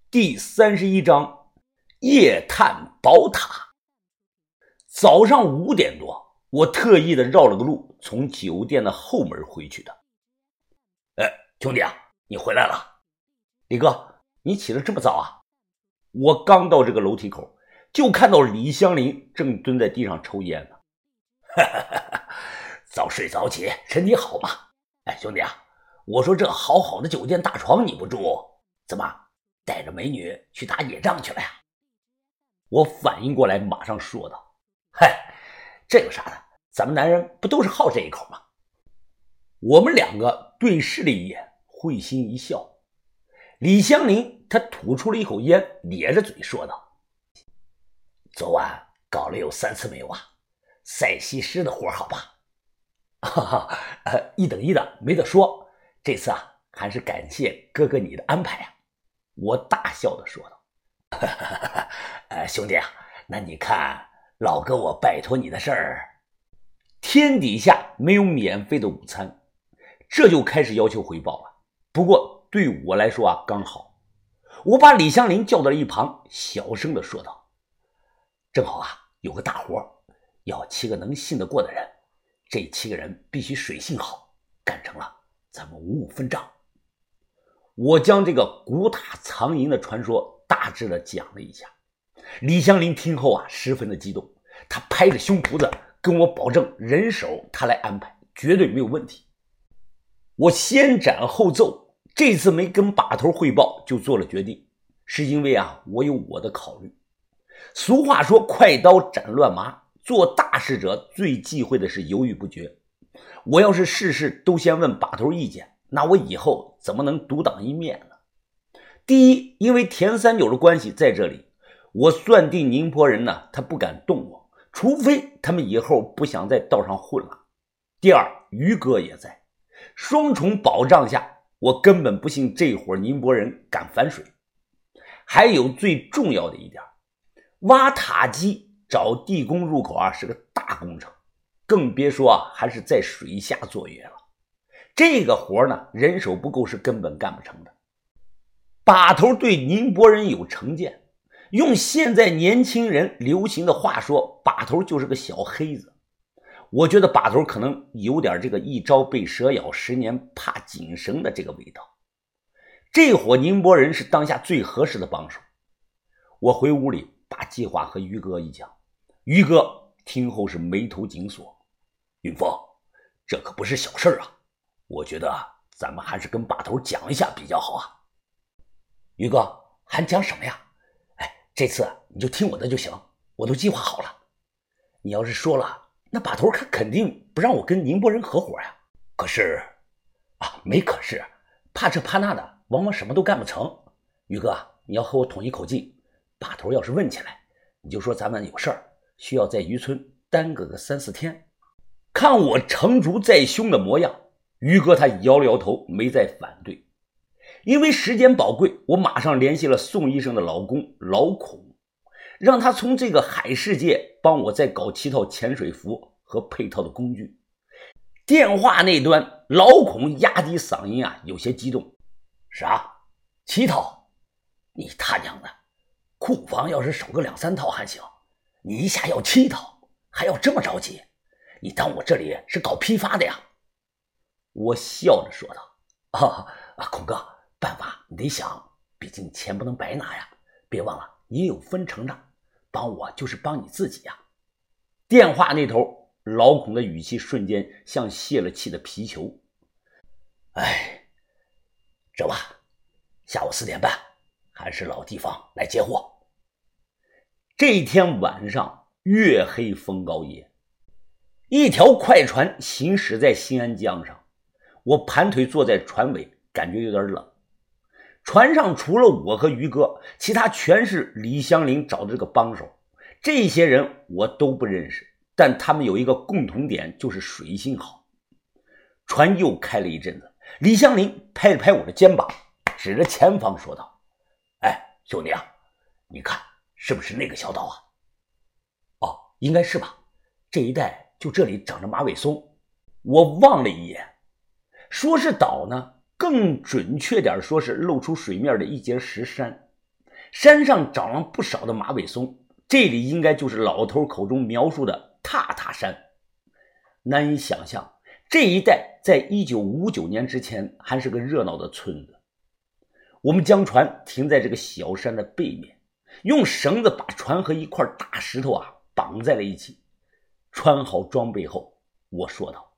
第31章夜探宝塔。早上5点多，我特意的绕了个路，从酒店的后门回去的。兄弟啊，你回来了。李哥，你起得这么早啊？我刚到这个楼梯口，就看到李香林正蹲在地上抽烟呢。 早睡早起，身体好嘛。兄弟啊，我说这好好的酒店大床你不住，怎么带着美女去打野仗去了呀？ 我反应过来，马上说道： 这有啥的，咱们男人不都是好这一口吗？ 我们两个对视了一眼，会心一笑。李香林他吐出了一口烟，咧着嘴说道： 昨晚搞了有3次没有啊？赛西施的活好吧？ 一等一的，没得说。这次啊，还是感谢哥哥你的安排啊。我大笑地说道： 兄弟啊，那你看老哥我拜托你的事儿。 天底下没有免费的午餐，这就开始要求回报了。不过对我来说啊，刚好。我把李香林叫到了一旁，小声地说道： 正好啊，有个大活，要7个能信得过的人，这7个人必须水性好，干成了咱们五五分账。 我将这个古塔藏银的传说大致的讲了一下。李香林听后啊，十分的激动，他拍着胸脯子跟我保证，人手他来安排，绝对没有问题。我先斩后奏，这次没跟把头汇报就做了决定，是因为啊，我有我的考虑。俗话说快刀斩乱麻，做大事者最忌讳的是犹豫不决。我要是事事都先问把头意见，那我以后怎么能独当一面呢？第一，因为田三九的关系在这里，我算定宁波人呢，他不敢动我，除非他们以后不想在道上混了。第二，于哥也在，双重保障下，我根本不信这伙宁波人敢反水。还有最重要的一点，挖塔基找地宫入口啊，是个大工程，更别说啊，还是在水下作业了。这个活呢，人手不够是根本干不成的。把头对宁波人有成见，用现在年轻人流行的话说，把头就是个小黑子。我觉得把头可能有点这个一朝被蛇咬，10年怕井绳的这个味道。这伙宁波人是当下最合适的帮手。我回屋里把计划和于哥一讲，于哥听后是眉头紧锁： 云峰，这可不是小事啊，我觉得咱们还是跟把头讲一下比较好啊。 于哥，还讲什么呀？ 这次你就听我的就行，我都计划好了。 你要是说了，那把头他肯定不让我跟宁波人合伙呀。 可是没可是，怕这怕那的，往往什么都干不成。于哥，你要和我统一口径，把头要是问起来，你就说咱们有事儿，需要在渔村耽搁个3、4天。看我成竹在胸的模样，于哥他摇了摇头，没再反对。因为时间宝贵，我马上联系了宋医生的老公老孔，让他从这个海世界帮我再搞7套潜水服和配套的工具。电话那端，老孔压低嗓音啊，有些激动： 啥？7套？你他娘的，库房要是守个2、3套还行，你一下要7套，还要这么着急？你当我这里是搞批发的呀？ 我笑着说道： 孔哥，办法你得想，毕竟钱不能白拿呀，别忘了你也有分成的，帮我就是帮你自己呀。 电话那头，老孔的语气瞬间像泄了气的皮球。 这吧，下午4点半还是老地方来接货。 这天晚上月黑风高夜，一条快船行驶在新安江上，我盘腿坐在船尾，感觉有点冷。船上除了我和于哥，其他全是李香林找的这个帮手。这些人我都不认识，但他们有一个共同点，就是水性好。船又开了一阵子，李香林拍了拍我的肩膀，指着前方说道： 兄弟啊，你看是不是那个小岛啊？ 应该是吧，这一带就这里长着马尾松。我望了一眼，说是岛呢，更准确点说是露出水面的一截石山。 山上长了不少的马尾松，这里应该就是老头口中描述的踏踏山。难以想象，这一带在1959年之前还是个热闹的村子。我们将船停在这个小山的背面，用绳子把船和一块大石头绑在了一起。穿好装备后，我说道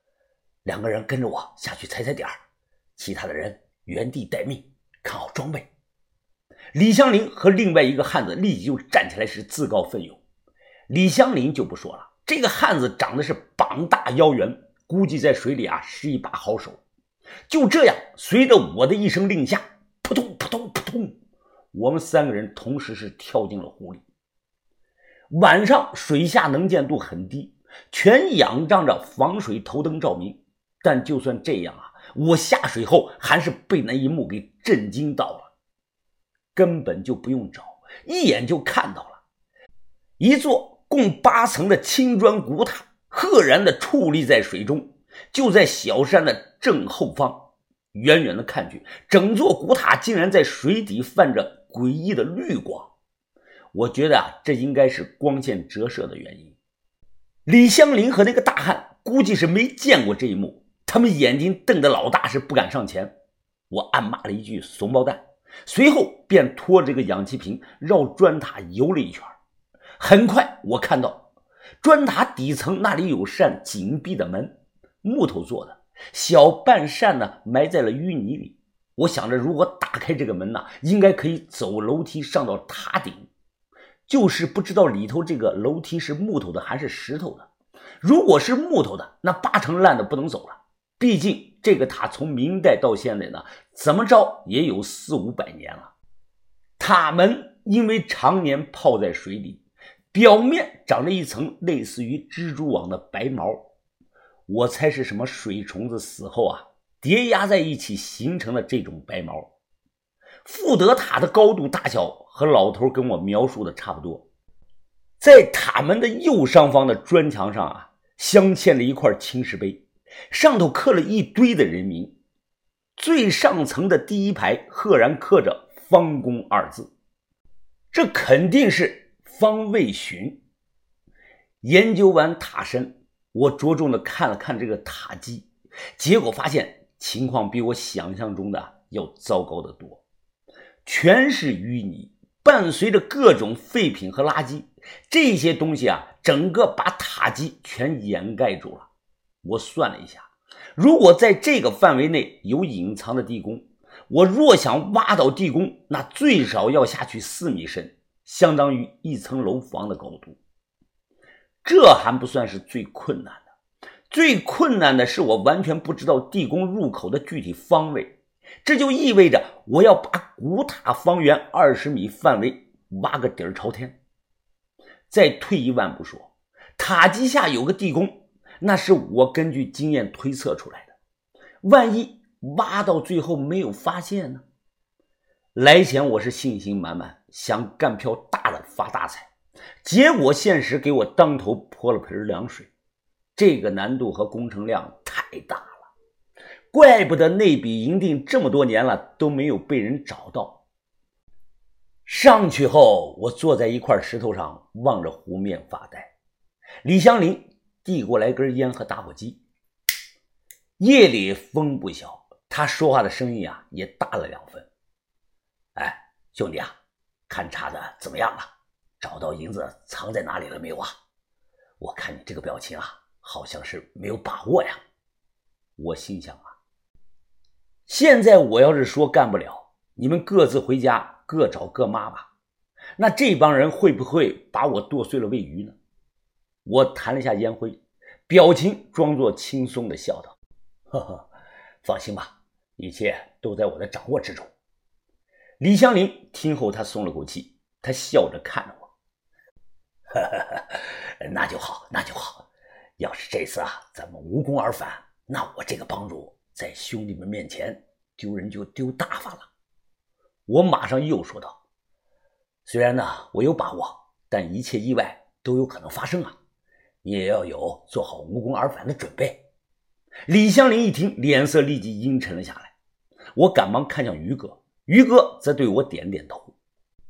：“2个人跟着我下去踩踩点，其他的人原地待命，看好装备。”李香林和另外一个汉子立即就站起来，是自告奋勇。李香林就不说了，这个汉子长得是膀大腰圆，估计在水里是一把好手。就这样，随着我的一声令下，扑通扑通扑通，我们3个人同时是跳进了湖里。晚上水下能见度很低，全仰仗着防水头灯照明，但就算这样我下水后还是被那一幕给震惊到了。根本就不用找，一眼就看到了一座共8层的青砖古塔，赫然地矗立在水中，就在小山的正后方。远远的看去，整座古塔竟然在水底泛着诡异的绿光。我觉得这应该是光线折射的原因。李香林和那个大汉估计是没见过这一幕，他们眼睛瞪得老大，是不敢上前。我暗骂了一句怂包蛋，随后便拖着这个氧气瓶绕砖塔游了一圈。很快我看到砖塔底层那里有扇紧闭的门，木头做的，小半扇呢埋在了淤泥里。我想着如果打开这个门应该可以走楼梯上到塔顶，就是不知道里头这个楼梯是木头的还是石头的。如果是木头的，那8成烂的不能走了，毕竟这个塔从明代到现在呢，怎么着也有400-500年了。塔门因为常年泡在水里，表面长着一层类似于蜘蛛网的白毛，我猜是什么水虫子死后叠压在一起形成的这种白毛。富德塔的高度大小和老头跟我描述的差不多。在塔门的右上方的砖墙上镶嵌了一块青石碑，上头刻了一堆的人名。最上层的第一排赫然刻着方公2字，这肯定是方卫寻。研究完塔身，我着重的看了看这个塔基，结果发现情况比我想象中的要糟糕得多。全是淤泥，伴随着各种废品和垃圾，这些东西整个把塔基全掩盖住了。我算了一下，如果在这个范围内有隐藏的地宫，我若想挖到地宫，那最少要下去4米深，相当于1层楼房的高度。这还不算是最困难的，最困难的是我完全不知道地宫入口的具体方位，这就意味着我要把古塔方圆20米范围挖个底儿朝天。再退一万步说，塔基下有个地宫，那是我根据经验推测出来的，万一挖到最后没有发现呢？来前我是信心满满，想干票大的发大财，结果现实给我当头泼了盆凉水。这个难度和工程量太大了，怪不得那笔银锭这么多年了都没有被人找到。上去后，我坐在一块石头上望着湖面发呆。李香林递过来根烟和打火机。夜里风不小，他说话的声音也大了2分。哎，兄弟勘察的怎么样了？找到银子藏在哪里了没有我看你这个表情好像是没有把握呀。我心想现在我要是说干不了，你们各自回家各找各妈吧，那这帮人会不会把我剁碎了喂鱼呢？我弹了一下烟灰，表情装作轻松的笑道：呵呵，放心吧，一切都在我的掌握之中。李香林听后他松了口气，他笑着看着我：呵呵，那就好，那就好，要是这次咱们无功而返，那我这个帮主在兄弟们面前丢人就丢大发了。我马上又说道：虽然我有把握，但一切意外都有可能发生你也要有做好无功而返的准备。李香林一听，脸色立即阴沉了下来。我赶忙看向于哥，于哥则对我点点头。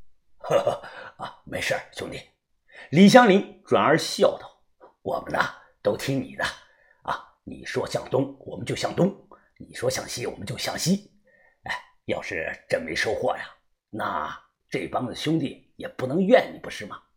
呵呵啊，没事兄弟。 李香林转而笑道：“ 我们呢都听你的啊，你说向东我们就向东，你说向西我们就向西。哎，要是真没收获呀，那这帮子兄弟也不能怨你，不是吗？”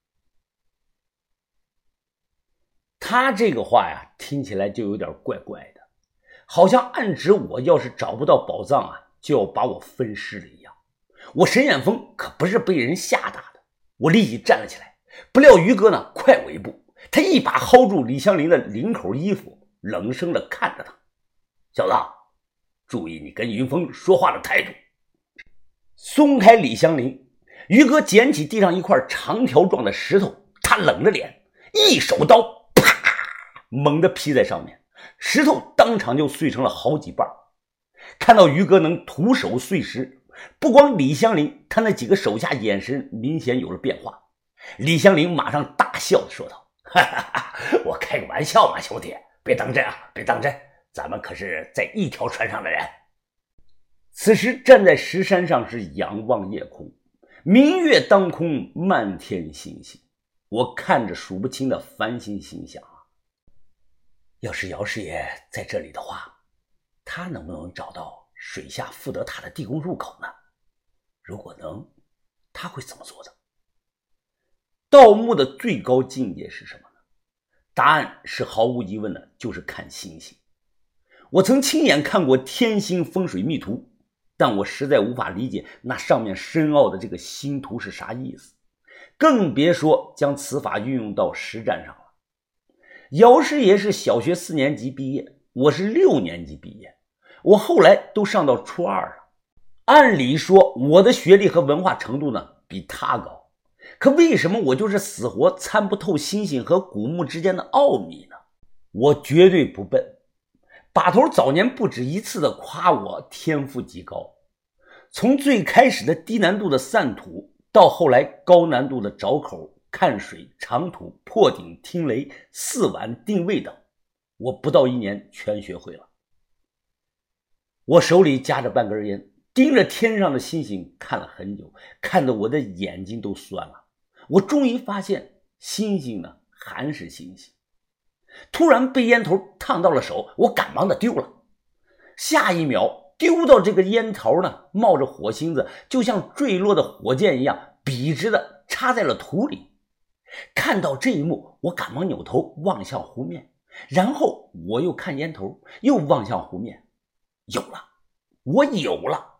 他这个话呀，听起来就有点怪怪的，好像暗指我要是找不到宝藏啊，就要把我分尸了一样。我沈远峰可不是被人吓大的，我立即站了起来，不料于哥呢快我一步，他一把薅住李香林的领口衣服，冷声的看着他：“ 小子，注意你跟云峰说话的态度。” 松开李香林，于哥捡起地上一块长条状的石头，他冷着脸，一手刀猛地劈在上面，石头当场就碎成了好几半。看到于哥能徒手碎石，不光李香林，他那几个手下眼神明显有了变化。李香林马上大笑地说道：“ 哈哈哈，我开个玩笑嘛，兄弟，别当真啊，别当真，咱们可是在一条船上的人。” 此时站在石山上是仰望夜空，明月当空，漫天星星。我看着数不清的繁星，心想啊，要是姚师爷在这里的话，他能不能找到水下富德塔的地宫入口呢？如果能，他会怎么做的？盗墓的最高境界是什么呢？答案是毫无疑问的，就是看星星。我曾亲眼看过天星风水秘图，但我实在无法理解那上面深奥的这个星图是啥意思，更别说将此法运用到实战上了。姚师爷是小学4年级毕业，我是6年级毕业，我后来都上到初2了。按理说我的学历和文化程度呢比他高，可为什么我就是死活参不透星星和古墓之间的奥秘呢？我绝对不笨，把头早年不止一次的夸我天赋极高，从最开始的低难度的散土，到后来高难度的找口、看水、长土、破顶、听雷、四碗、定位等，我不到1年全学会了。我手里夹着半根烟，盯着天上的星星看了很久，看得我的眼睛都酸了。我终于发现星星呢还是星星。突然被烟头烫到了手，我赶忙的丢了。下一秒丢到这个烟头呢冒着火星子，就像坠落的火箭一样笔直的插在了土里。看到这一幕，我赶忙扭头望向湖面，然后我又看烟头，又望向湖面。有了，我有了。